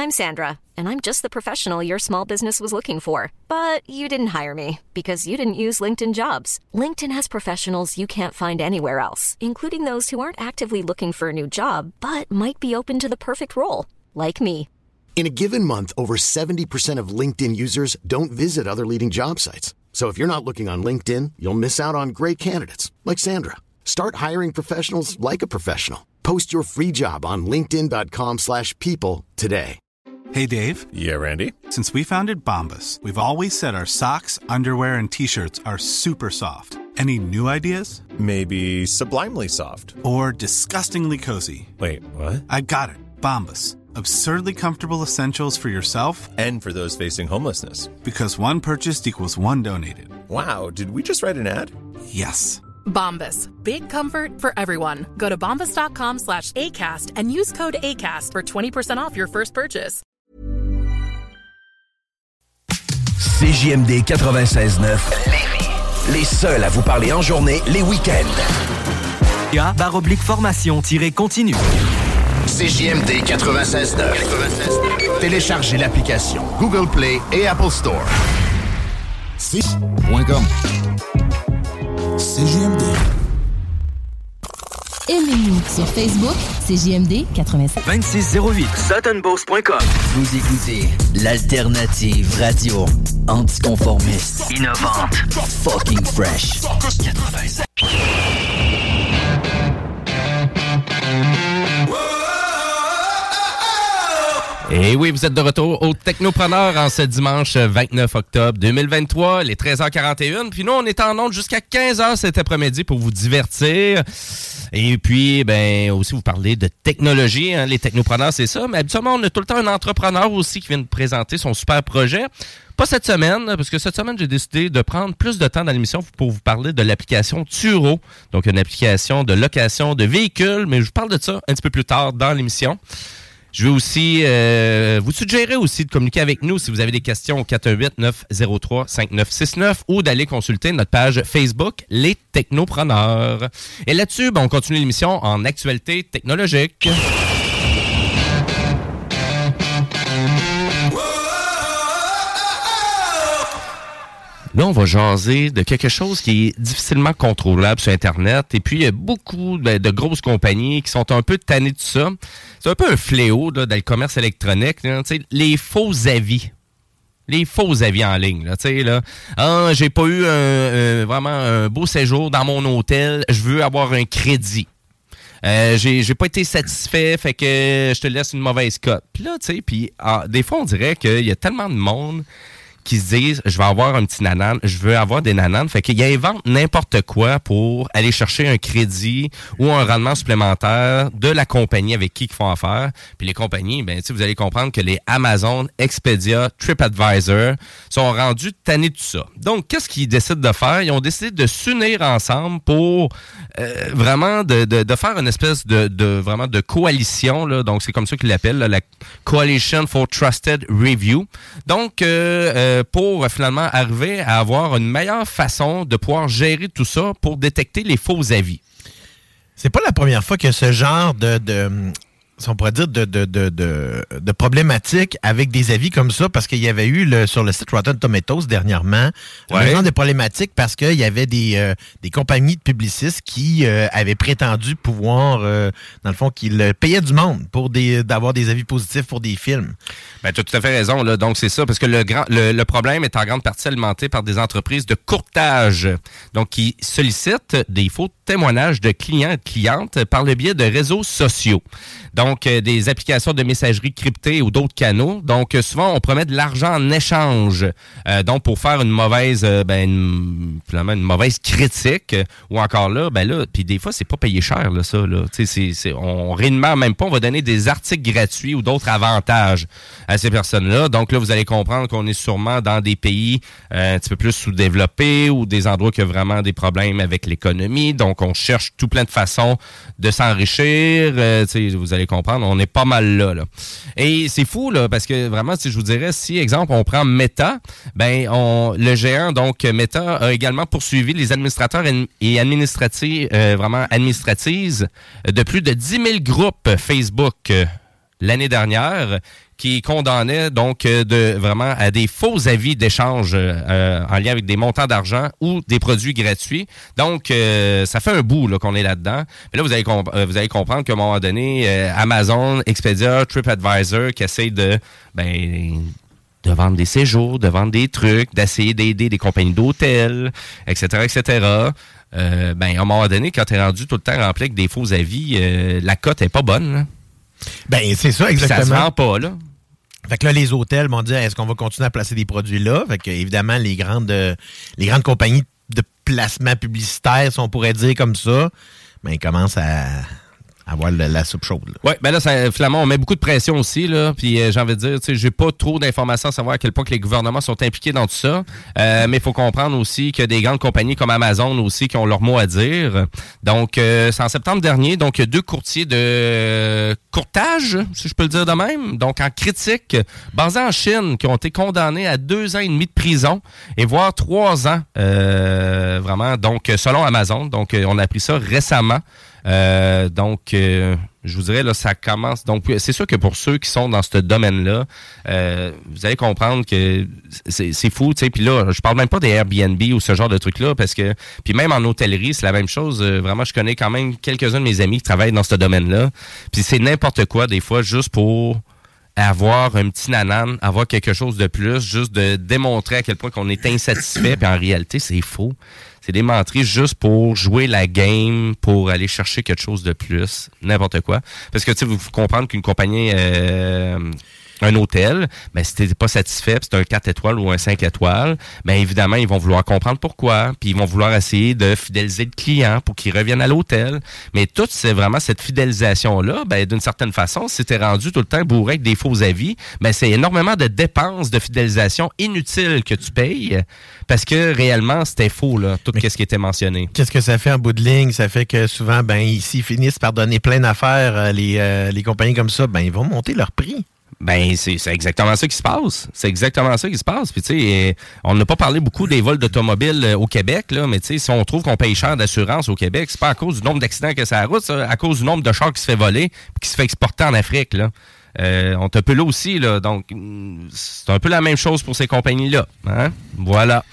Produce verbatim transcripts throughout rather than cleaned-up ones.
I'm Sandra, and I'm just the professional your small business was looking for. But you didn't hire me because you didn't use LinkedIn Jobs. LinkedIn has professionals you can't find anywhere else, including those who aren't actively looking for a new job, but might be open to the perfect role, like me. In a given month, over seventy percent of LinkedIn users don't visit other leading job sites. So if you're not looking on LinkedIn, you'll miss out on great candidates like Sandra. Start hiring professionals like a professional. Post your free job on linkedin.com slash people today. Hey, Dave. Yeah, Randy. Since we founded Bombas, we've always said our socks, underwear, and T-shirts are super soft. Any new ideas? Maybe sublimely soft. Or disgustingly cozy. Wait, what? I got it. Bombas. Absurdly comfortable essentials for yourself and for those facing homelessness. Because one purchased equals one donated. Wow, did we just write an ad? Yes. Bombas. Big comfort for everyone. Go to bombas.com slash ACAST and use code ACAST for twenty percent off your first purchase. C J M D quatre-vingt-seize neuf, Lévis. Les seuls à vous parler en journée, les week-ends. A barre oblique formation-continue. C J M D quatre-vingt-seize neuf. Téléchargez l'application Google Play et Apple Store. C point com. C J M D. Aimez-nous sur Facebook, C J M D quatre-vingt-sept. vingt-six zéro huit, sutton boss point com. Vous écoutez l'alternative radio anticonformiste, innovante, fucking fresh. quatre-vingt-sept. Et oui, vous êtes de retour au Technopreneur en ce dimanche vingt-neuf octobre deux mille vingt-trois, les treize heures quarante et un. Puis nous, on est en onde jusqu'à quinze heures cet après-midi pour vous divertir. Et puis, ben aussi vous parler de technologie. Hein. Les technopreneurs, c'est ça. Mais habituellement, on a tout le temps un entrepreneur aussi qui vient nous présenter son super projet. Pas cette semaine, parce que cette semaine, j'ai décidé de prendre plus de temps dans l'émission pour vous parler de l'application Turo. Donc, une application de location de véhicules. Mais je vous parle de ça un petit peu plus tard dans l'émission. Je vais aussi euh, vous suggérer aussi de communiquer avec nous si vous avez des questions au quatre un huit, neuf zéro trois, cinq neuf six neuf ou d'aller consulter notre page Facebook Les Technopreneurs. Et là-dessus, ben, on continue l'émission en actualité technologique. Là, on va jaser de quelque chose qui est difficilement contrôlable sur Internet. Et puis, il y a beaucoup de, de grosses compagnies qui sont un peu tannées de ça. C'est un peu un fléau là, dans le commerce électronique. Là, les faux avis. Les faux avis en ligne. Là, là. Ah, j'ai pas eu un, un, vraiment un beau séjour dans mon hôtel. Je veux avoir un crédit. Euh, j'ai, j'ai pas été satisfait, fait que je te laisse une mauvaise cote. Puis là, tu sais, puis ah, des fois, on dirait qu'il y a tellement de monde qui se disent, je vais avoir un petit nanan, je veux avoir des nananes. Fait qu'ils inventent n'importe quoi pour aller chercher un crédit ou un rendement supplémentaire de la compagnie avec qui ils font affaire. Puis les compagnies, ben, tu sais, vous allez comprendre que les Amazon, Expedia, TripAdvisor sont rendus tannés de tout ça. Donc, qu'est-ce qu'ils décident de faire? Ils ont décidé de s'unir ensemble pour euh, vraiment de, de, de faire une espèce de, de vraiment de coalition, là. Donc, c'est comme ça qu'ils l'appellent, là, la Coalition for Trusted Review. Donc, euh, euh, pour euh, finalement arriver à avoir une meilleure façon de pouvoir gérer tout ça pour détecter les faux avis. C'est pas la première fois que ce genre de... de... si on pourrait dire, de, de, de, de, de problématiques avec des avis comme ça, parce qu'il y avait eu le, sur le site Rotten Tomatoes dernièrement, ouais. un genre de problématiques parce qu'il y avait des, euh, des compagnies de publicistes qui euh, avaient prétendu pouvoir, euh, dans le fond, qu'ils payaient du monde pour des, d'avoir des avis positifs pour des films. Ben, tu as tout à fait raison, là. Donc, c'est ça, parce que le, grand, le, le problème est en grande partie alimenté par des entreprises de courtage, donc qui sollicitent des faux témoignages de clients et de clientes par le biais de réseaux sociaux. Donc, euh, des applications de messagerie cryptées ou d'autres canaux. Donc, euh, souvent, on promet de l'argent en échange. Euh, donc, pour faire une mauvaise, euh, ben, une, finalement, une mauvaise critique. Euh, ou encore là, ben là, puis des fois, c'est pas payé cher, là, ça, là. Tu sais, c'est, c'est, on rémunère même pas. On va donner des articles gratuits ou d'autres avantages à ces personnes-là. Donc, là, vous allez comprendre qu'on est sûrement dans des pays euh, un petit peu plus sous-développés ou des endroits qui ont vraiment des problèmes avec l'économie. Donc, on cherche tout plein de façons de s'enrichir. Euh, tu sais, vous allez comprendre, on est pas mal là, là. Et c'est fou, là, parce que vraiment, si je vous dirais, si, exemple, on prend Meta, ben, on, le géant, donc, Meta, a également poursuivi les administrateurs et administratifs, euh, vraiment administratives, de plus de dix mille groupes Facebook. Euh, l'année dernière, qui condamnait donc euh, de vraiment à des faux avis d'échange euh, en lien avec des montants d'argent ou des produits gratuits. Donc, euh, ça fait un bout là, qu'on est là-dedans. Mais là, vous allez, comp- vous allez comprendre qu'à un moment donné, euh, Amazon, Expedia, TripAdvisor, qui essayent de... ben de vendre des séjours, de vendre des trucs, d'essayer d'aider des compagnies d'hôtels, et cetera, et cetera. Euh, ben, à un moment donné, quand tu es rendu tout le temps rempli avec des faux avis, euh, la cote est pas bonne. Là. Ben, c'est ça, exactement. Ça se vend pas, là. Fait que là, les hôtels vont dire, est-ce qu'on va continuer à placer des produits là? Fait que, évidemment, les grandes, euh, les grandes compagnies de placement publicitaire, si on pourrait dire comme ça, ben, ils commencent à... avoir la, la soupe chaude. Oui, ben là, ça, finalement, on met beaucoup de pression aussi, là. Puis euh, j'ai envie de dire, tu sais, j'ai pas trop d'informations à savoir à quel point que les gouvernements sont impliqués dans tout ça. Euh, mais il faut comprendre aussi qu'il y a des grandes compagnies comme Amazon aussi qui ont leur mot à dire. Donc, euh, c'est en septembre dernier, donc deux courtiers de courtage, si je peux le dire de même, donc en critique, basés en Chine, qui ont été condamnés à deux ans et demi de prison et voire trois ans, euh, vraiment. Donc, selon Amazon, donc on a appris ça récemment. Euh, donc, euh, je vous dirais, là, ça commence. Donc, c'est sûr que pour ceux qui sont dans ce domaine-là, euh, vous allez comprendre que c'est, c'est fou, tu sais. Puis là, je parle même pas des Airbnb ou ce genre de trucs-là, parce que, puis même en hôtellerie, c'est la même chose. Euh, vraiment, je connais quand même quelques-uns de mes amis qui travaillent dans ce domaine-là. Puis c'est n'importe quoi, des fois, juste pour avoir un petit nanan, avoir quelque chose de plus, juste de démontrer à quel point qu'on est insatisfait. Puis en réalité, c'est faux. C'est des menteries juste pour jouer la game, pour aller chercher quelque chose de plus, n'importe quoi. Parce que, tu sais, vous comprenez qu'une compagnie, euh, un hôtel, ben, si t'es pas satisfait, c'est un quatre étoiles ou un cinq étoiles, ben, évidemment, ils vont vouloir comprendre pourquoi, puis ils vont vouloir essayer de fidéliser le client pour qu'il revienne à l'hôtel. Mais tout, c'est vraiment cette fidélisation-là, ben, d'une certaine façon, si t'es rendu tout le temps bourré avec des faux avis, ben, c'est énormément de dépenses de fidélisation inutiles que tu payes, parce que réellement, c'était faux, là, tout ce qui était mentionné. Qu'est-ce que ça fait en bout de ligne? Ça fait que souvent, ben, ici, ils finissent par donner plein d'affaires, les, euh, les compagnies comme ça, ben, ils vont monter leur prix. Ben, c'est, c'est exactement ça qui se passe. C'est exactement ça qui se passe. Puis, tu sais, on n'a pas parlé beaucoup des vols d'automobiles au Québec, là, mais tu sais, si on trouve qu'on paye cher d'assurance au Québec, c'est pas à cause du nombre d'accidents que ça a route, ça, à cause du nombre de chars qui se fait voler et qui se fait exporter en Afrique, là. Euh, on est un peu là aussi, là. Donc, c'est un peu la même chose pour ces compagnies-là. Hein? Voilà.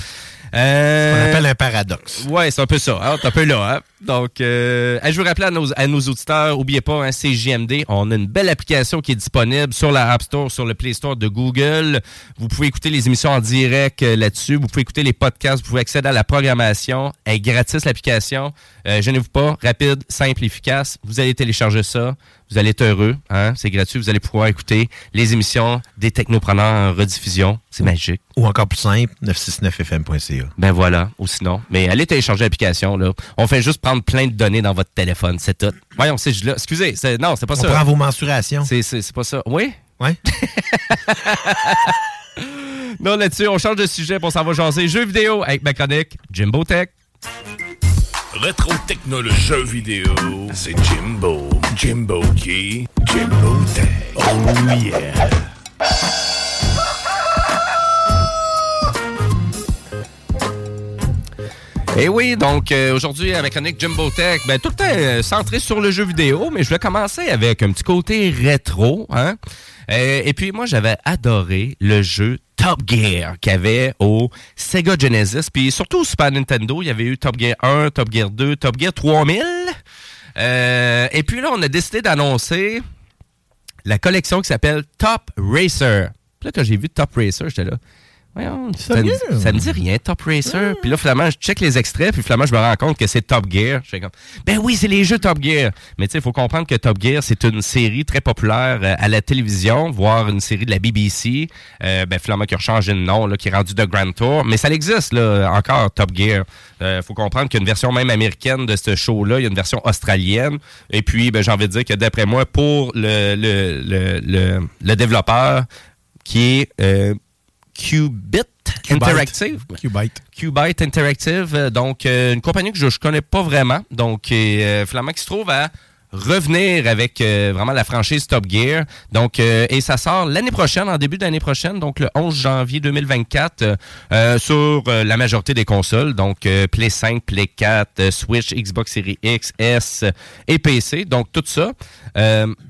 Euh, Ce qu'on appelle un paradoxe. Ouais, c'est un peu ça. Hein? C'est un peu là. Hein? Donc, euh, je veux rappeler à nos, à nos auditeurs, n'oubliez pas, hein, C J M D, on a une belle application qui est disponible sur la App Store, sur le Play Store de Google. Vous pouvez écouter les émissions en direct euh, là-dessus. Vous pouvez écouter les podcasts. Vous pouvez accéder à la programmation. Elle est gratis, l'application. Euh, gênez-vous pas. Rapide, simple, efficace. Vous allez télécharger ça. Vous allez être heureux. Hein? C'est gratuit. Vous allez pouvoir écouter les émissions des technopreneurs en rediffusion. C'est magique. Ou encore plus simple, neuf cent soixante-neuf F M point C A. Ben voilà. Ou sinon. Mais allez télécharger l'application, là. On fait juste prendre plein de données dans votre téléphone. C'est tout. Voyons, c'est là. Excusez. C'est, non, c'est pas On ça. On prend vos mensurations. C'est, c'est, c'est pas ça. Oui? Oui. Non, là-dessus, on change de sujet pour s'en va jaser jeux vidéo avec ma chronique Jimbo Tech. Rétro technologie jeux vidéo, c'est Jimbo. Jimbo qui? Jimbo Tech. Oh yeah. Et oui, donc euh, aujourd'hui avec chronique Jimbo Tech, ben tout le temps euh, centré sur le jeu vidéo, mais je vais commencer avec un petit côté rétro, hein. Euh, et puis moi j'avais adoré le jeu Top Gear qu'il y avait au Sega Genesis, puis surtout au Super Nintendo, il y avait eu Top Gear un, Top Gear deux, Top Gear trois mille. Euh, et puis là, on a décidé d'annoncer la collection qui s'appelle Top Racer. Puis là, quand j'ai vu Top Racer, j'étais là, voyons, ça, me, ça me dit rien, Top Racer. Puis là, finalement, je check les extraits, puis finalement, je me rends compte que c'est Top Gear. Je fais comme, ben oui, c'est les jeux Top Gear. Mais tu sais, il faut comprendre que Top Gear, c'est une série très populaire euh, à la télévision, voire une série de la B B C. Euh, ben finalement, qui a changé de nom, là, qui est rendu de Grand Tour. Mais ça existe, là, encore, Top Gear. Il euh, faut comprendre qu'il y a une version même américaine de ce show-là. Il y a une version australienne. Et puis, ben, j'ai envie de dire que d'après moi, pour le, le, le, le, le développeur qui est... Euh, Qubit Interactive. Qubit. Qubit Interactive. Donc, euh, une compagnie que je ne connais pas vraiment. Donc, euh, finalement, qui se trouve à revenir avec euh, vraiment la franchise Top Gear. Donc, euh, et ça sort l'année prochaine, en début d'année prochaine, donc le onze janvier deux mille vingt-quatre, euh, sur euh, la majorité des consoles. Donc, euh, Play cinq, Play quatre, euh, Switch, Xbox Series X, S et P C. Donc, tout ça. Euh,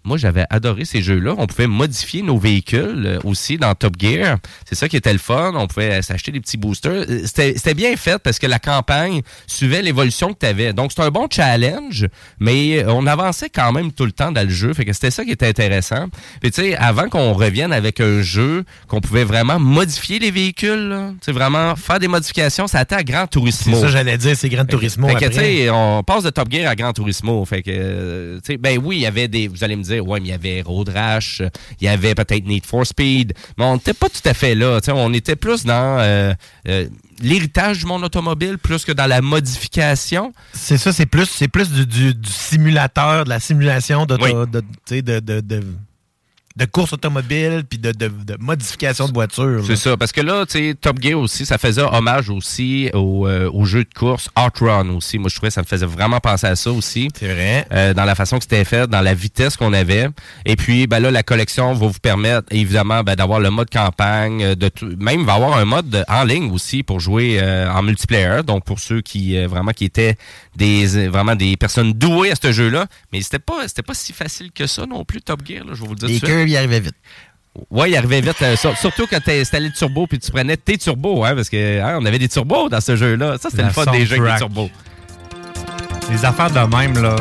moi, j'avais adoré ces jeux-là. On pouvait modifier nos véhicules euh, aussi dans Top Gear. C'est ça qui était le fun. On pouvait euh, s'acheter des petits boosters. C'était, c'était bien fait parce que la campagne suivait l'évolution que tu avais. Donc, c'était un bon challenge, mais on avançait quand même tout le temps dans le jeu. Fait que c'était ça qui était intéressant. Puis, tu sais, avant qu'on revienne avec un jeu qu'on pouvait vraiment modifier les véhicules, tu sais, vraiment faire des modifications, ça a été à Gran Turismo. C'est ça, j'allais dire, c'est Gran Turismo. Fait que, après. tu sais, on passe de Top Gear à Gran Turismo. Fait que, euh, tu sais, ben oui, il y avait des, vous allez me dire, ouais, mais il y avait Road Rash, il y avait peut-être Need for Speed, mais on n'était pas tout à fait là. Tu sais, on était plus dans euh, euh, l'héritage du monde automobile plus que dans la modification. C'est ça, c'est plus, c'est plus du, du, du simulateur, de la simulation de, oui. de, de, de, de, de de course automobile puis de, de, de modification de voiture. C'est ça, parce que là, tu sais, Top Gear aussi, ça faisait hommage aussi au, euh, au jeu de course Outrun aussi. Moi, je trouvais que ça me faisait vraiment penser à ça aussi. C'est vrai. Euh, dans la façon que c'était fait, dans la vitesse qu'on avait. Et puis, ben là, la collection va vous permettre, évidemment, ben, d'avoir le mode campagne, de tout, même il va y avoir un mode de, en ligne aussi pour jouer euh, en multiplayer. Donc, pour ceux qui euh, vraiment qui étaient des vraiment des personnes douées à ce jeu-là. Mais c'était pas c'était pas si facile que ça non plus, Top Gear, là, je vais vous le dire. Les curves, ils arrivaient vite. Oui, il arrivait vite. Euh, surtout quand tu installé le turbo puis tu prenais tes turbos, hein, parce que hein, on avait des turbos dans ce jeu-là. Ça, c'était La le fun des jeux avec des turbos. Les affaires de même, là.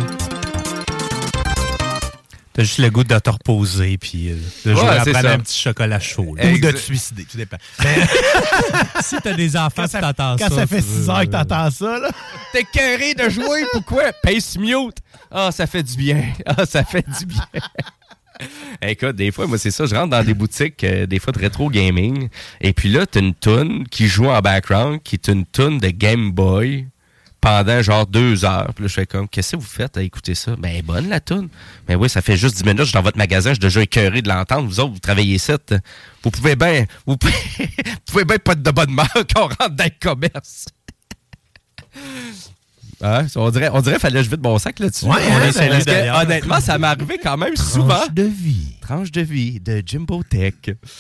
T'as juste le goût de te reposer puis euh, de jouer ouais, à prendre ça. un petit chocolat chaud. Là. Ou de te suicider, tout dépend. Mais... si t'as des enfants, tu t'entends ça. Quand ça fait six heures que t'entends ça, là. T'es carré de jouer, pourquoi? Pace mute. Ah, oh, ça fait du bien. Ah, oh, ça fait du bien. Écoute, des fois, moi, c'est ça, je rentre dans des boutiques, euh, des fois de rétro gaming, et puis là, t'as une toune qui joue en background, qui est une toune de Game Boy, pendant genre deux heures. Puis là, je fais comme, qu'est-ce que vous faites à écouter ça? Ben, bonne la toune. Mais oui, ça fait juste dix minutes, je suis dans votre magasin, je suis déjà écœuré de l'entendre. Vous autres, vous travaillez ici. Vous pouvez bien, vous pouvez, vous pouvez bien pas être de bonne humeur qu'on rentre dans le commerce. Hein? On dirait, on dirait fallait que je vide mon sac là-dessus. Ouais, on hein, est parce que, honnêtement, ça m'est arrivé quand même Tranche souvent. Tranche de vie. Tranche de vie de Jimbo Tech.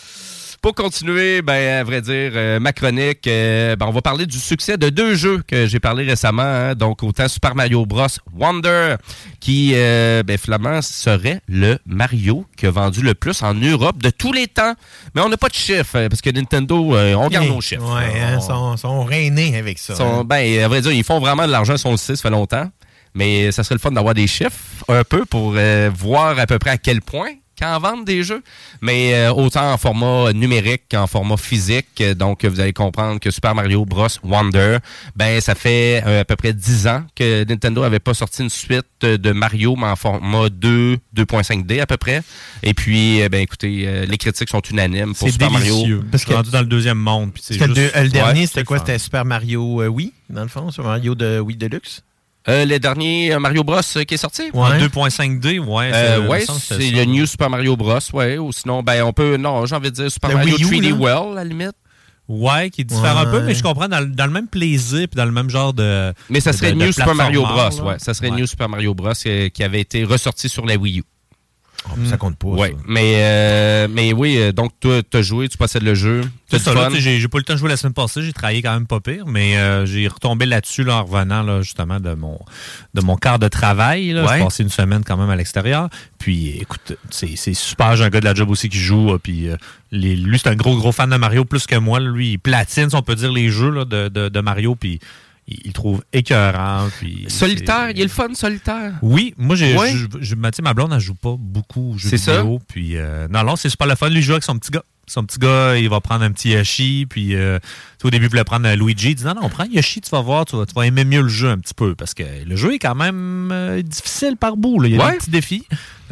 Pour continuer, ben, à vrai dire, euh, ma chronique, euh, ben, on va parler du succès de deux jeux que j'ai parlé récemment. Hein, donc, autant Super Mario Bros. Wonder, qui, euh, ben, finalement, serait le Mario qui a vendu le plus en Europe de tous les temps. Mais on n'a pas de chiffres, parce que Nintendo, euh, on garde hey, nos chiffres. Ouais, hein, on... sont, sont rénés avec ça. Sont, hein. Ben, à vrai dire, ils font vraiment de l'argent, ils sont le six, ça fait longtemps. Mais ça serait le fun d'avoir des chiffres un peu pour euh, voir à peu près à quel point qu'en vendent des jeux, mais euh, autant en format numérique qu'en format physique. Donc, vous allez comprendre que Super Mario Bros. Wonder, ben ça fait euh, à peu près dix ans que Nintendo avait pas sorti une suite de Mario, mais en format deux, deux point cinq D à peu près. Et puis, euh, ben écoutez, euh, les critiques sont unanimes pour c'est Super délicieux. Mario. Parce que rendu dans le deuxième monde. Puis c'est juste... le, le dernier, ouais, c'était quoi? C'était Super Mario euh, Wii, dans le fond? Super Mario de Wii Deluxe? Euh, le dernier Mario Bros qui est sorti? Ouais. deux point cinq D, ouais. Euh, ouais, c'est, c'est le New Super Mario Bros, ouais. Ou sinon, ben, on peut, non, j'ai envie de dire Super le Mario Wii U, trois D là? World, à la limite. Ouais, qui est différent ouais. un peu, mais je comprends dans, dans le même plaisir puis dans le même genre de. Mais ça serait de, de New Super Mario Bros, là. ouais. Ça serait ouais. New Super Mario Bros euh, qui avait été ressorti sur la Wii U. Oh, ça compte pas. Ouais, ça. mais, euh, mais oui, euh, donc toi, t'as joué, tu possèdes le jeu. C'est ça, là, j'ai, j'ai pas eu le temps de jouer la semaine passée, j'ai travaillé quand même pas pire, mais euh, j'ai retombé là-dessus là, en revenant là, justement de mon de mon quart de travail. Là. Ouais. J'ai passé une semaine quand même à l'extérieur. Puis écoute, c'est, c'est super, j'ai un gars de la job aussi qui joue. Là, puis euh, les, lui, c'est un gros, gros fan de Mario, plus que moi. Là, lui, il platine, si on peut dire, les jeux là, de, de, de Mario, puis il, il trouve écœurant. Puis solitaire, il est le fun, solitaire. Oui, moi, j'ai, ouais. je, je, ma, ma blonde, elle joue pas beaucoup aux jeux c'est vidéo. Ça? Puis euh, non, non, c'est super le fun. Lui, il joue avec son petit gars. Son petit gars, il va prendre un petit Yoshi, puis euh, au début, il voulait prendre un Luigi. Il dit non, non, prends Yoshi, tu vas voir, tu vas, tu vas aimer mieux le jeu un petit peu, parce que le jeu est quand même euh, difficile par bout. Là. Il y a ouais. des petits défis.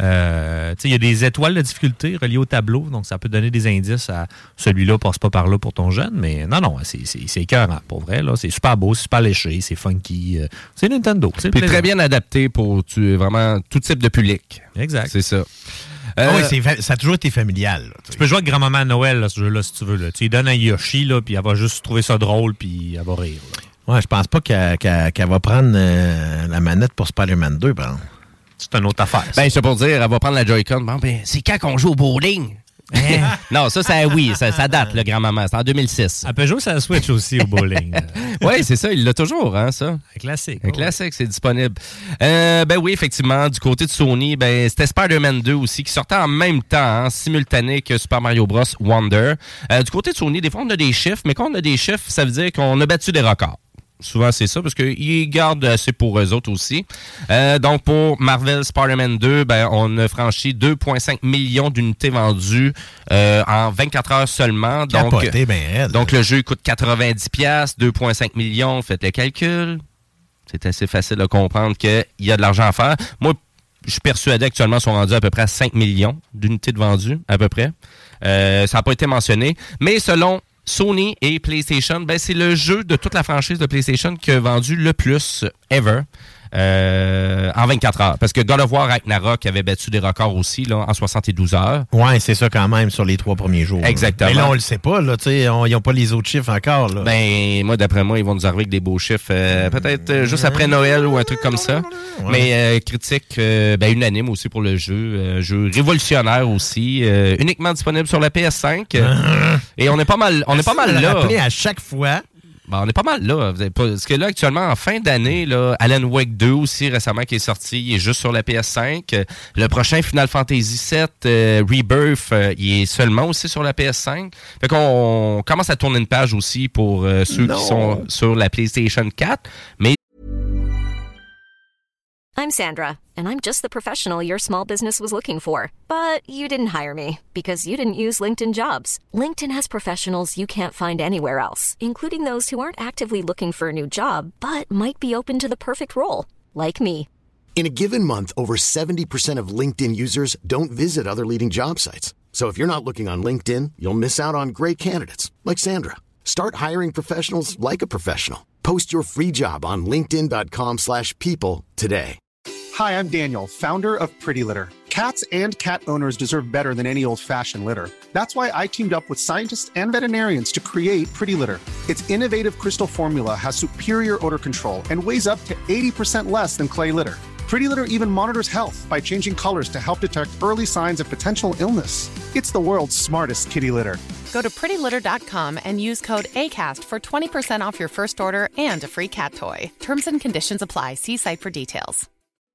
Euh, il y a des étoiles de difficulté reliées au tableau, donc ça peut donner des indices à celui-là, passe pas par là pour ton jeune, mais non, non, c'est, c'est, c'est écœurant, pour vrai. Là. C'est super beau, c'est super léché, c'est funky. Euh, c'est Nintendo. C'est puis très bien adapté pour tu, vraiment tout type de public. Exact. C'est ça. Euh, ah oui, c'est, ça a toujours été familial. Là, tu peux jouer avec grand-maman à Noël, là, ce jeu-là, si tu veux. Là. Tu lui donnes un Yoshi, là, puis elle va juste trouver ça drôle, puis elle va rire. Là. Ouais, je pense pas qu'elle, qu'elle, qu'elle va prendre euh, la manette pour Spider-Man deux, par exemple. C'est une autre affaire. Ben, c'est pour dire, elle va prendre la Joy-Con. Bon, ben, c'est quand qu'on joue au bowling? Non, ça, ça oui, ça, ça date, le grand-maman. C'est en deux mille six. Elle peut jouer sur la Switch aussi au bowling. Oui, c'est ça, il l'a toujours, hein, ça. Un classique. Un ouais. classique, c'est disponible. Euh, ben oui, effectivement, du côté de Sony, ben c'était Spider-Man deux aussi, qui sortait en même temps, hein, simultané que Super Mario Bros. Wonder. Euh, du côté de Sony, des fois, on a des chiffres, mais quand on a des chiffres, ça veut dire qu'on a battu des records. Souvent, c'est ça, parce qu'ils gardent assez pour eux autres aussi. Euh, donc, pour Marvel Spider-Man deux, ben, on a franchi deux virgule cinq millions d'unités vendues euh, en vingt-quatre heures seulement. Donc, Capoté, ben raide. donc, le jeu coûte quatre-vingt-dix dollars, deux virgule cinq millions. Faites le calcul. C'est assez facile de comprendre qu'il y a de l'argent à faire. Moi, je suis persuadé qu'actuellement, ils sont rendus à peu près à cinq millions d'unités de vendues, à peu près. Euh, ça n'a pas été mentionné. Mais selon Sony et PlayStation, ben c'est le jeu de toute la franchise de PlayStation qui a vendu le plus ever euh, en vingt-quatre heures. Parce que God of War Ragnarok avait battu des records aussi là, en soixante-douze heures. Ouais, c'est ça quand même sur les trois premiers jours. Exactement. Mais là, on le sait pas. Là, on, ils n'ont pas les autres chiffres encore. Là. Ben, moi, d'après moi, ils vont nous arriver avec des beaux chiffres. Euh, peut-être euh, juste après Noël ou un truc comme ça. Ouais. Mais euh, critique euh, ben, unanime aussi pour le jeu. Euh, jeu révolutionnaire aussi. Euh, uniquement disponible sur la P S cinq. Et on est pas mal, on est pas mal là. À chaque fois. Ben, on est pas mal là. Parce que là, actuellement, en fin d'année, là, Alan Wake deux aussi récemment qui est sorti, il est juste sur la P S cinq. Le prochain Final Fantasy sept euh, Rebirth, euh, il est seulement aussi sur la P S cinq. Fait qu'on on commence à tourner une page aussi pour euh, ceux non. qui sont sur la PlayStation quatre. Mais I'm Sandra, and I'm just the professional your small business was looking for. But you didn't hire me because you didn't use LinkedIn Jobs. LinkedIn has professionals you can't find anywhere else, including those who aren't actively looking for a new job, but might be open to the perfect role, like me. In a given month, over seventy percent of LinkedIn users don't visit other leading job sites. So if you're not looking on LinkedIn, you'll miss out on great candidates, like Sandra. Start hiring professionals like a professional. Post your free job on linkedin.com slash people today. Hi, I'm Daniel, founder of Pretty Litter. Cats and cat owners deserve better than any old-fashioned litter. That's why I teamed up with scientists and veterinarians to create Pretty Litter. Its innovative crystal formula has superior odor control and weighs up to eighty percent less than clay litter. Pretty Litter even monitors health by changing colors to help detect early signs of potential illness. It's the world's smartest kitty litter. Go to pretty litter dot com and use code ACAST for twenty percent off your first order and a free cat toy. Terms and conditions apply. See site for details.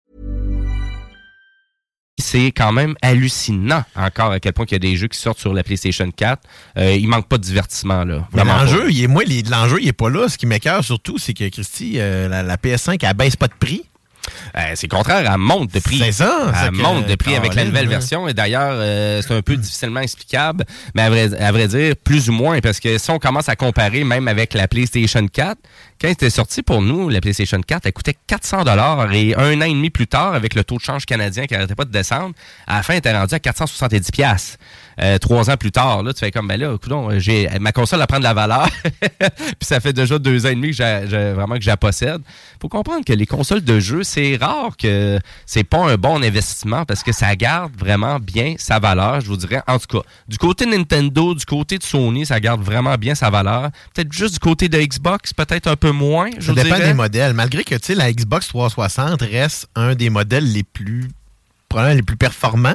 C'est quand même hallucinant encore à quel point il y a des jeux qui sortent sur la PlayStation quatre. Euh, il manque pas de divertissement, là. L'enjeu, il est, moi, les, l'enjeu, il est pas là. Ce qui m'écoeure surtout, c'est que, Christy, euh, la, la P S cinq, elle baisse pas de prix. Euh, c'est le contraire, elle monte de prix. C'est ça. Elle c'est monte que, de prix avec la nouvelle hein. version. Et d'ailleurs, euh, c'est un peu difficilement explicable, mais à vrai, à vrai dire, plus ou moins, parce que si on commence à comparer même avec la PlayStation quatre, quand elle était sortie pour nous, la PlayStation quatre, elle coûtait quatre cents dollars et un an et demi plus tard, avec le taux de change canadien qui n'arrêtait pas de descendre, à la fin, elle était rendue à quatre cent soixante-dix dollars. Euh, trois ans plus tard, là, tu fais comme, ben là, coudonc, j'ai, ma console elle prend de la valeur, puis ça fait déjà deux ans et demi que j'ai, j'ai, vraiment que je la possède. Faut comprendre que les consoles de jeu, c'est rare que c'est pas un bon investissement parce que ça garde vraiment bien sa valeur, je vous dirais. En tout cas, du côté de Nintendo, du côté de Sony, ça garde vraiment bien sa valeur. Peut-être juste du côté de Xbox, peut-être un peu moins, je Ça dépend dirais. des modèles. Malgré que, tu sais, la Xbox trois cent soixante reste un des modèles les plus, probablement les plus performants.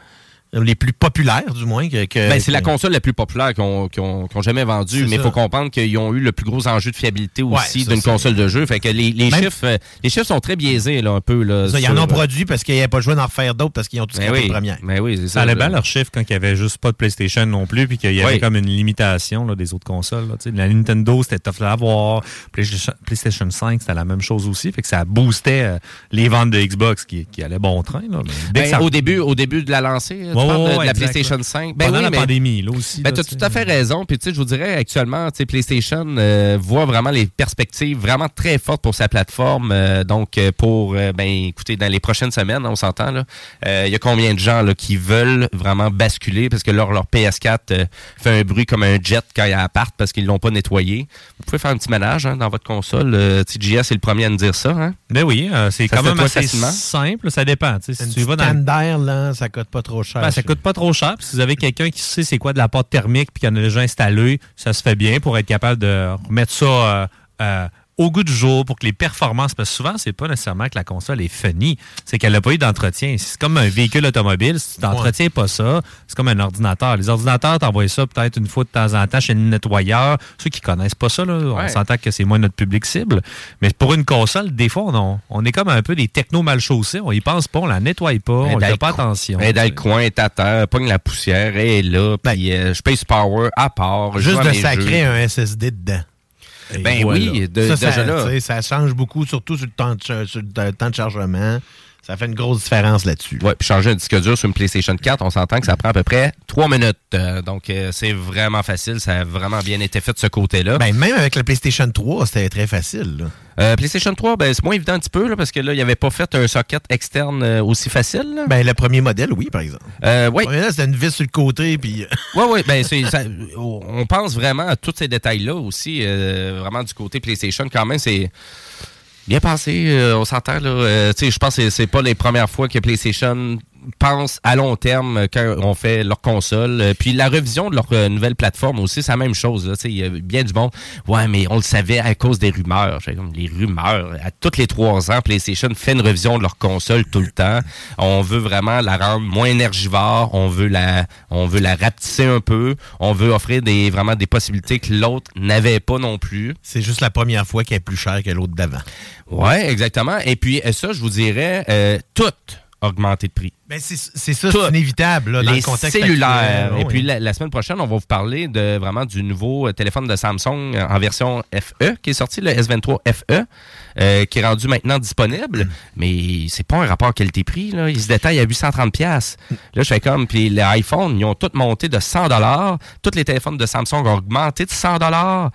Les plus populaires, du moins. Que, que, ben, c'est que... la console la plus populaire qu'on qu'on, qu'on jamais vendue, mais il faut comprendre qu'ils ont eu le plus gros enjeu de fiabilité aussi ouais, ça, d'une c'est... console de jeu. Fait que les, les, Même... chiffres, les chiffres sont très biaisés, là, un peu. Là, ça, sur... Ils en ont produit parce qu'ils n'avaient pas le choix d'en faire d'autres parce qu'ils ont tous ben scrappé oui, les premières. Ben oui, c'est ça. Ça allait bien leurs chiffres quand il n'y avait juste pas de PlayStation non plus, puis qu'il y avait oui. comme une limitation là, des autres consoles. Là, la Nintendo, c'était tough à avoir. PlayStation, PlayStation cinq, c'était la même chose aussi. Fait que ça boostait euh, les ventes de Xbox qui, qui allaient bon train. Là, mais dès ben, ça... au, début, au début de la lancée, tu oh, parles de, oh, de la PlayStation cinq. Ben Pendant oui, la mais, pandémie, là aussi. Ben, tu as tout à fait raison. Puis, tu sais, je vous dirais, actuellement, tu sais, PlayStation euh, voit vraiment les perspectives vraiment très fortes pour sa plateforme. Euh, donc, pour, euh, ben, écoutez, dans les prochaines semaines, on s'entend, là, il euh, y a combien de gens là, qui veulent vraiment basculer parce que leur, leur P S quatre euh, fait un bruit comme un jet quand il part parce qu'ils l'ont pas nettoyé. Vous pouvez faire un petit ménage hein, dans votre console. Euh, T G S est le premier à nous dire ça. Hein? Ben oui, euh, c'est ça quand même assez facilement. simple. Ça dépend. Si tu vas dans d'air, là, ça coûte pas trop cher. Ben, ça coûte pas trop cher. Puis si vous avez quelqu'un qui sait c'est quoi de la pâte thermique puis qui en a déjà installé, ça se fait bien pour être capable de remettre ça euh, euh, au goût du jour, pour que les performances, parce que souvent, c'est pas nécessairement que la console est funny, c'est qu'elle n'a pas eu d'entretien. C'est comme un véhicule automobile, si tu n'entretiens pas ça, c'est comme un ordinateur. Les ordinateurs, t'envoies ça peut-être une fois de temps en temps chez le nettoyeur. Ceux qui connaissent pas ça, là, Ouais. on s'entend que c'est moins notre public cible. Mais pour une console, des fois, on, on est comme un peu des technos mal chaussés. On y pense pas, on la nettoie pas, on ne fait pas attention. Elle est dans le coin, elle est à terre, pogne la poussière, elle est là, puis euh, Space Power à part. Juste de sacrer un S S D dedans. Et ben voilà. oui, de, ça, déjà ça, là. Ça change beaucoup, surtout sur le temps de, sur le temps de chargement. Ça fait une grosse différence là-dessus. Oui, puis changer un disque dur sur une PlayStation quatre, on s'entend que ça prend à peu près trois minutes. Euh, donc, euh, c'est vraiment facile. Ça a vraiment bien été fait de ce côté-là. Ben, même avec la PlayStation trois, c'était très facile. Là. Euh, PlayStation trois, ben, c'est moins évident un petit peu, là, parce que là, il n'avait pas fait un socket externe euh, aussi facile. Là. Ben, le premier modèle, oui, par exemple. Euh, oui. Là, c'était une vis sur le côté, puis... Oui, oui, ben, c'est, ça, on pense vraiment à tous ces détails-là aussi, euh, vraiment du côté PlayStation, quand même, c'est... Bien pensé, euh, on s'entend, là. Euh, tu sais, je pense que c'est, c'est pas les premières fois que PlayStation pense à long terme quand on fait leur console. Euh, puis la revision de leur euh, nouvelle plateforme aussi, c'est la même chose. Tu sais, il y a bien du monde. Ouais, mais on le savait à cause des rumeurs. J'ai comme les rumeurs. À tous les trois ans, PlayStation fait une revision de leur console tout le temps. On veut vraiment la rendre moins énergivore. On veut la, on veut la rapetisser un peu. On veut offrir des, vraiment des possibilités que l'autre n'avait pas non plus. C'est juste la première fois qu'elle est plus chère que l'autre d'avant. Ouais, exactement. Et puis ça, je vous dirais, euh, tout augmenter de prix. Ben c'est, c'est ça, tout. C'est inévitable là, dans les le contexte cellulaires. actuel. Et oui. puis la, la semaine prochaine, on va vous parler de vraiment du nouveau téléphone de Samsung en version F E qui est sorti, le S vingt-trois F E, euh, qui est rendu maintenant disponible. Mm. Mais c'est pas un rapport qualité-prix. Là. Il se détaille à huit cent trente dollars. Mm. Là, je fais comme, puis les iPhones, ils ont tous monté de cent dollars. Tous les téléphones de Samsung ont augmenté de cent dollars.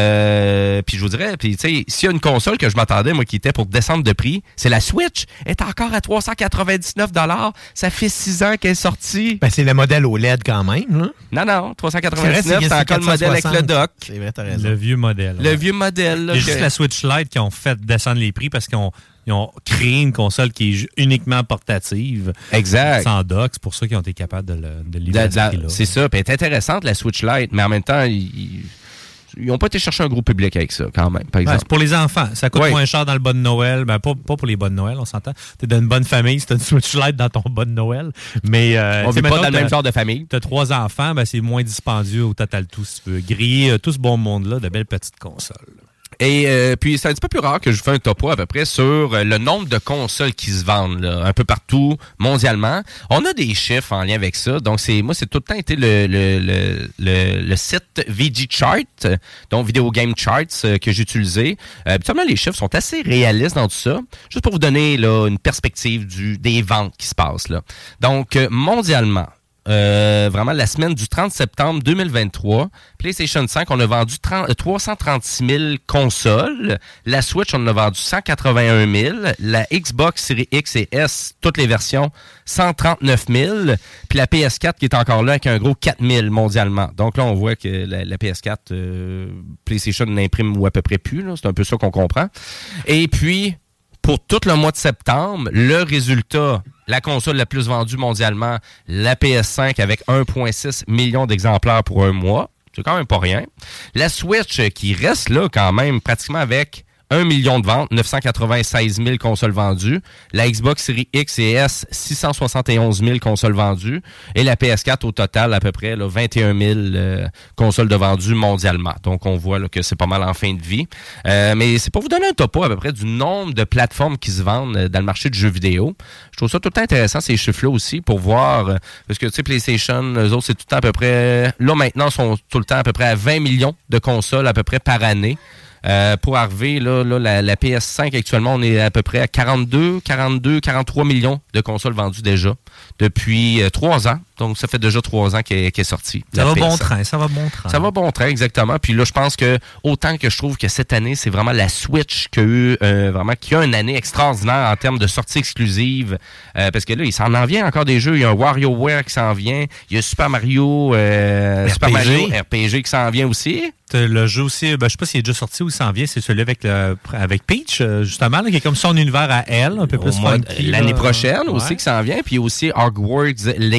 Euh, puis je vous dirais, puis tu sais, s'il y a une console que je m'attendais, moi, qui était pour descendre de prix, c'est la Switch. Elle est encore à trois cent quatre-vingt-dix-neuf dollars. Ça fait six ans qu'elle est sortie. Ben, c'est le modèle O L E D quand même. Là. Non, non, trois cent quatre-vingt-dix-neuf, c'est, c'est encore le modèle avec le dock. C'est vrai, t'as raison. Le vieux modèle. Le ouais. vieux modèle. C'est juste la Switch Lite qui ont fait descendre les prix parce qu'ils ont, ils ont créé une console qui est uniquement portative. Exact. Sans dock. C'est pour ça qu'ils ont été capables de, le, de livrer ce prix-là. C'est ça. Puis elle est intéressante, la Switch Lite, mais en même temps, ils... Ils n'ont pas été chercher un gros public avec ça, quand même, par exemple. Ben, c'est pour les enfants. Ça coûte oui. moins cher dans le bon Noël. Ben, pas, pas pour les bonnes Noël, on s'entend. T'es dans une bonne famille, c'est une Switch Lite dans ton bon Noël. Mais, euh, on vit pas dans le même genre de famille. T'as trois enfants, ben, c'est moins dispendieux au total tout, si tu veux. Griller euh, tout ce bon monde-là de belles petites consoles. Et euh, puis, c'est un petit peu plus rare que je fais un topo à peu près sur euh, le nombre de consoles qui se vendent là, un peu partout, mondialement. On a des chiffres en lien avec ça. Donc, c'est moi, c'est tout le temps été le, le, le, le, le site V G Chart, donc Video Game Charts, euh, que j'ai utilisé. Euh, habituellement, les chiffres sont assez réalistes dans tout ça. Juste pour vous donner là, une perspective du, des ventes qui se passent. Là. Donc, euh, mondialement, Euh, vraiment la semaine du trente septembre deux mille vingt-trois, PlayStation cinq, on a vendu trente, trois cent trente-six mille consoles. La Switch, on en a vendu cent quatre-vingt-un mille. La Xbox Series X et S, toutes les versions, cent trente-neuf mille. Puis la P S quatre qui est encore là avec un gros quatre mille mondialement. Donc là, on voit que la, la P S quatre, euh, PlayStation n'imprime ou à peu près plus. Là. C'est un peu ça qu'on comprend. Et puis, pour tout le mois de septembre, le résultat, la console la plus vendue mondialement, la P S cinq avec un virgule six million d'exemplaires pour un mois. C'est quand même pas rien. La Switch qui reste là quand même pratiquement avec un million de ventes, neuf cent quatre-vingt-seize mille consoles vendues. La Xbox Series X et S, six cent soixante et onze mille consoles vendues. Et la P S quatre, au total, à peu près là, vingt et un mille euh, consoles de vendues mondialement. Donc, on voit là, que c'est pas mal en fin de vie. Euh, mais c'est pour vous donner un topo à peu près du nombre de plateformes qui se vendent dans le marché du jeu vidéo. Je trouve ça tout le temps intéressant, ces chiffres-là aussi, pour voir... Euh, parce que, tu sais, PlayStation, eux autres, c'est tout le temps à peu près... Là, maintenant, sont tout le temps à peu près à vingt millions de consoles à peu près par année. Euh, pour arriver, là, là la, la P S cinq, actuellement, on est à peu près à quarante-deux, quarante-deux, quarante-trois millions de consoles vendues déjà depuis euh, trois ans. Donc, ça fait déjà trois ans qu'elle, qu'elle est sortie. Ça va bon train, ça va bon train. Ça va bon train, exactement. Puis là, je pense que autant que je trouve que cette année, c'est vraiment la Switch qui a eu, euh, vraiment, qui a une année extraordinaire en termes de sorties exclusives. Euh, parce que là, il s'en en vient encore des jeux. Il y a un WarioWare qui s'en vient. Il y a Super Mario, euh, Super Mario R P G qui s'en vient aussi. Le jeu aussi, ben, je sais pas s'il est déjà sorti ou s'en vient, c'est celui avec, le, avec Peach, justement, là, qui est comme son univers à elle, un peu plus mois, funky. L'année là. prochaine ouais. aussi qui s'en vient. Puis aussi Hogwarts Legacy aussi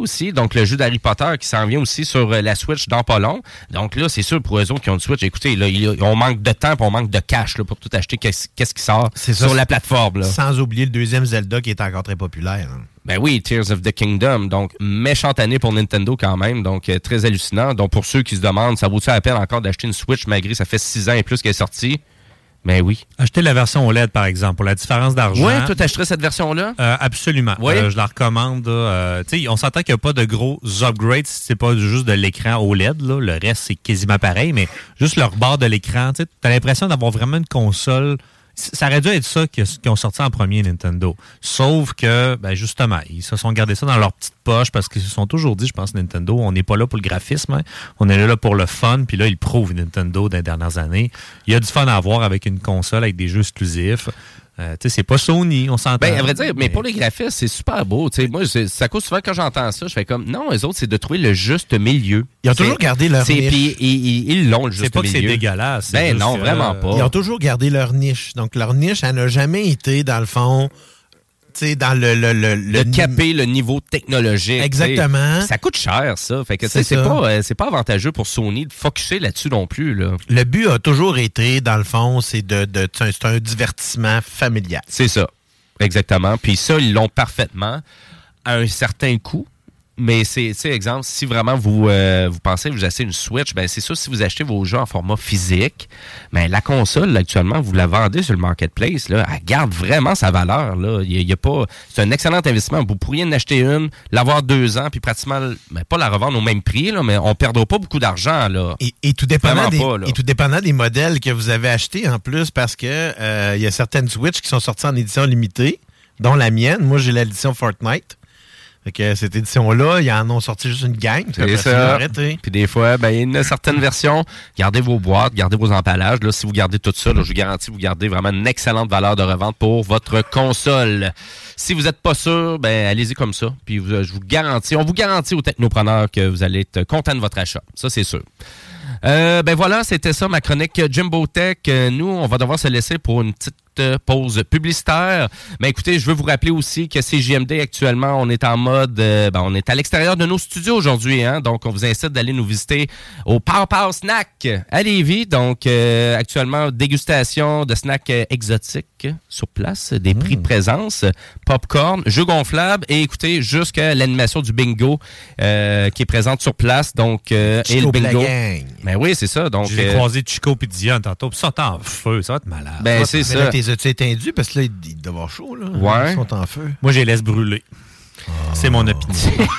aussi, donc le jeu d'Harry Potter qui s'en vient aussi sur la Switch dans pas long. Donc là, c'est sûr, pour eux autres qui ont une Switch, écoutez, là, on manque de temps et on manque de cash là, pour tout acheter. Qu'est-ce, qu'est-ce qui sort c'est sur ça, la plateforme. Là. Sans oublier le deuxième Zelda qui est encore très populaire. Hein. Ben oui, Tears of the Kingdom. Donc, méchante année pour Nintendo quand même. Donc, euh, très hallucinant. Donc, pour ceux qui se demandent, ça vaut-il la peine encore d'acheter une Switch malgré ça fait six ans et plus qu'elle est sortie? Ben oui. Acheter la version O L E D, par exemple, pour la différence d'argent. Oui, toi, t'achèterais cette version-là? Euh, absolument. Oui. Euh, je la recommande. Euh, tu sais, on s'entend qu'il n'y a pas de gros upgrades si c'est pas juste de l'écran O L E D. Là. Le reste, c'est quasiment pareil, mais juste le rebord de l'écran, tu as l'impression d'avoir vraiment une console. Ça aurait dû être ça qu'ils ont sorti en premier Nintendo. Sauf que, ben justement, ils se sont gardés ça dans leur petite poche parce qu'ils se sont toujours dit, je pense, Nintendo, on n'est pas là pour le graphisme, hein. On est là pour le fun. Puis là, ils prouvent Nintendo dans les dernières années. Il y a du fun à avoir avec une console, avec des jeux exclusifs. Euh, tu sais, c'est pas Sony, on s'entend. Ben, à vrai dire, mais, mais pour les graphismes, c'est super beau. Tu sais, moi, c'est, ça cause souvent quand j'entends ça, je fais comme, non, eux autres, c'est de trouver le juste milieu. Ils ont c'est, toujours gardé leur c'est, niche. Puis ils, ils l'ont, le juste milieu. C'est pas que c'est dégueulasse. Ben non, que, vraiment pas. Ils ont toujours gardé leur niche. Donc, leur niche, elle n'a jamais été, dans le fond, tu sais, dans le... le, le, le de caper le niveau technologique. Exactement. Ça coûte cher, ça. Fait que, c'est, c'est, pas, euh, c'est pas avantageux pour Sony de focusser là-dessus non plus, là. Le but a toujours été, dans le fond, c'est de, de c'est un divertissement familial. C'est ça. Exactement. Puis ça, ils l'ont parfaitement à un certain coût. Mais c'est, tu sais, exemple, si vraiment vous euh, vous pensez que vous achetez une Switch, ben c'est sûr, si vous achetez vos jeux en format physique, ben la console, là, actuellement, vous la vendez sur le marketplace, là, elle garde vraiment sa valeur, là. Il y a, il y a pas, c'est un excellent investissement. Vous pourriez en acheter une, l'avoir deux ans, puis pratiquement, ben, pas la revendre au même prix, là, mais on perdra pas beaucoup d'argent, là. Et, et tout dépendant des, pas, et tout dépendant des modèles que vous avez achetés en plus, parce que euh, il y a certaines Switch qui sont sorties en édition limitée, dont la mienne. Moi, j'ai l'édition Fortnite. Fait que cette édition-là, ils en ont sorti juste une gang. C'est ça. Puis des fois, ben, il y a une certaine version. Gardez vos boîtes, gardez vos emballages. Là, si vous gardez tout ça, là, je vous garantis, vous gardez vraiment une excellente valeur de revente pour votre console. Si vous n'êtes pas sûr, ben, allez-y comme ça. Puis vous, je vous garantis, on vous garantit aux technopreneurs que vous allez être content de votre achat. Ça, c'est sûr. Euh, ben voilà, c'était ça ma chronique Jimbo Tech. Nous, on va devoir se laisser pour une petite pause publicitaire. Mais écoutez, je veux vous rappeler aussi que C J M D actuellement, on est en mode, euh, ben, on est à l'extérieur de nos studios aujourd'hui, hein, donc on vous incite d'aller nous visiter au Pow Pow Snack à Lévis. Donc euh, actuellement, dégustation de snacks euh, exotiques sur place, des prix mmh. de présence, popcorn, jeux gonflables et écoutez, jusqu'à l'animation du bingo euh, qui est présente sur place. Donc euh, et le bingo. Ben oui, c'est ça. Donc j'ai euh, croisé Chico et Diane tantôt, puis ça en feu, ça va être malade. Ben c'est ça. Là, t'es, t'es étendu parce que là, ils doivent avoir chaud, là. Ouais. Ils sont en feu. Moi, je les laisse brûler. Oh. C'est mon opinion.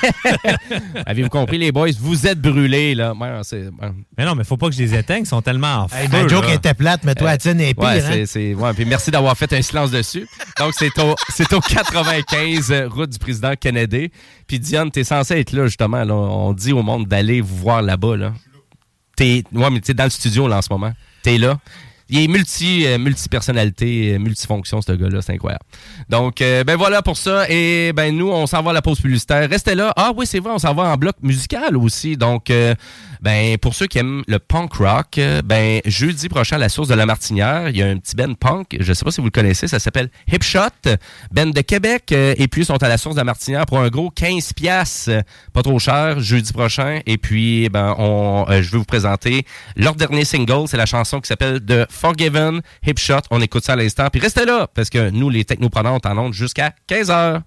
Avez-vous compris, les boys? Vous êtes brûlés, là. Ouais, c'est... Mais non, mais faut pas que je les éteigne. Ils sont tellement en feu. Hey, ma joke était plate, mais toi, euh, la tienne est pire. Ouais, hein? c'est, c'est... ouais, puis merci d'avoir fait un silence dessus. Donc, c'est au, c'est au quatre-vingt-quinze, route du président Kennedy. Puis, Diane, t'es censé être là, justement. Là. On dit au monde d'aller vous voir là-bas, là. T'es... Ouais, mais t'es dans le studio, là, en ce moment. T'es là. Il est multi, euh, multi-personnalité, euh, multifonction, ce gars-là, c'est incroyable. Donc, euh, ben voilà pour ça. Et ben nous, on s'en va à la pause publicitaire. Restez là. Ah oui, c'est vrai, on s'en va en bloc musical aussi. Donc, euh, ben pour ceux qui aiment le punk rock, euh, ben jeudi prochain à la Source de la Martinière, il y a un petit band punk. Je sais pas si vous le connaissez, ça s'appelle Hip Shot, band de Québec. Euh, et puis, ils sont à la Source de la Martinière pour un gros quinze piastres, pas trop cher, jeudi prochain. Et puis, ben on, euh, je vais vous présenter leur dernier single. C'est la chanson qui s'appelle The Forgiven, Hip Shot. On écoute ça à l'instant. Puis restez là, parce que nous, les technopreneurs, on t'en onde jusqu'à quinze heures.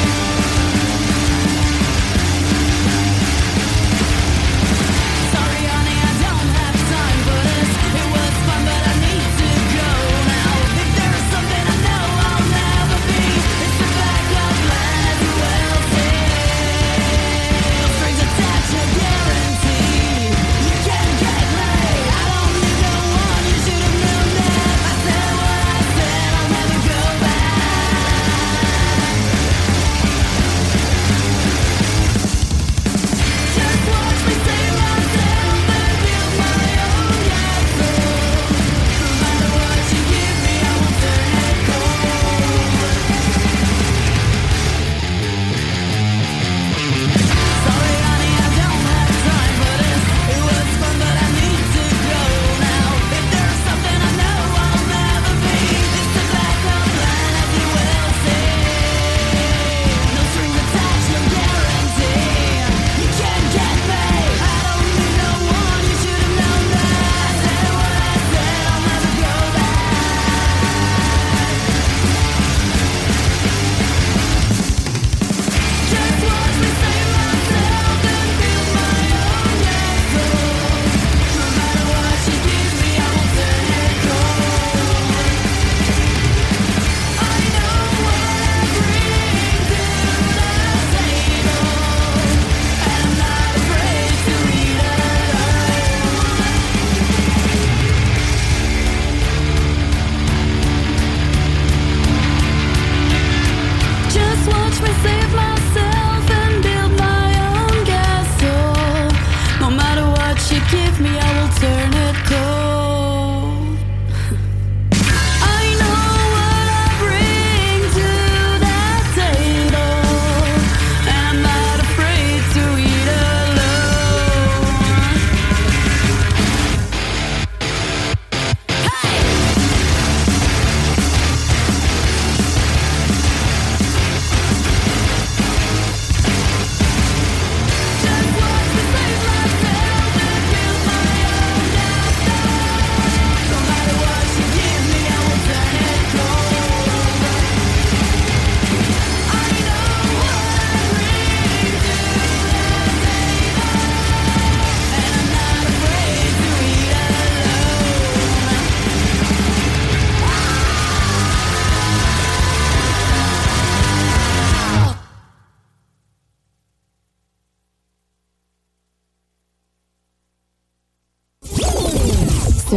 Sorry,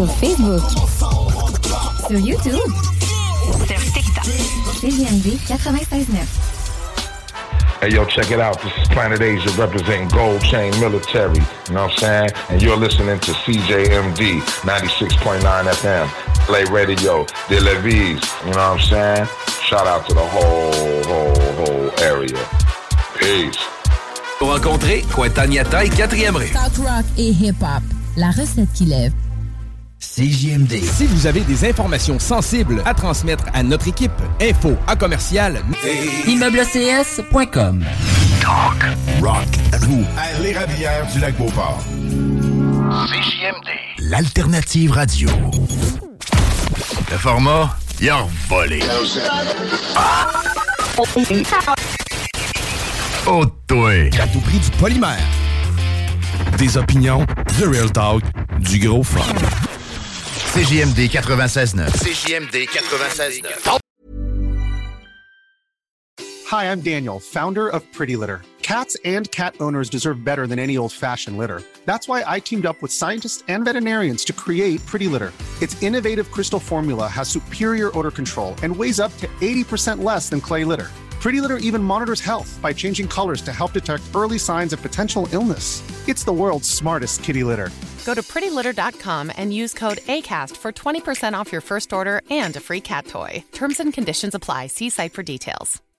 Sur Facebook. Sur YouTube. Sur TikTok. C J M D quatre-vingt-seize neuf. Hey, yo, check it out. This is Planet Asia representing Gold Chain Military. You know what I'm saying? And you're listening to C J M D ninety-six point nine F M. Play Radio de Lévis. You know what I'm saying? Shout out to the whole, whole, whole area. Peace. Pour rencontrer Cointagnata et quatrième rue. Talk rock et hip-hop. La recette qui lève. C J M D. Si vous avez des informations sensibles à transmettre à notre équipe, info à commercial immeuble C S point com. Talk, rock, roux à l'Érablière du Lac-Beauport. C J M D. L'alternative radio. Le format, il a volé. Oh, toi. À tout prix du polymère. Des opinions, the real talk, du gros fun. C J M D quatre-vingt-seize neuf. C J M D quatre-vingt-seize neuf. Hi, I'm Daniel, founder of Pretty Litter. Cats and cat owners deserve better than any old-fashioned litter. That's why I teamed up with scientists and veterinarians to create Pretty Litter. Its innovative crystal formula has superior odor control and weighs up to eighty percent less than clay litter. Pretty Litter even monitors health by changing colors to help detect early signs of potential illness. It's the world's smartest kitty litter. Go to pretty litter dot com and use code ACAST for twenty percent off your first order and a free cat toy. Terms and conditions apply. See site for details.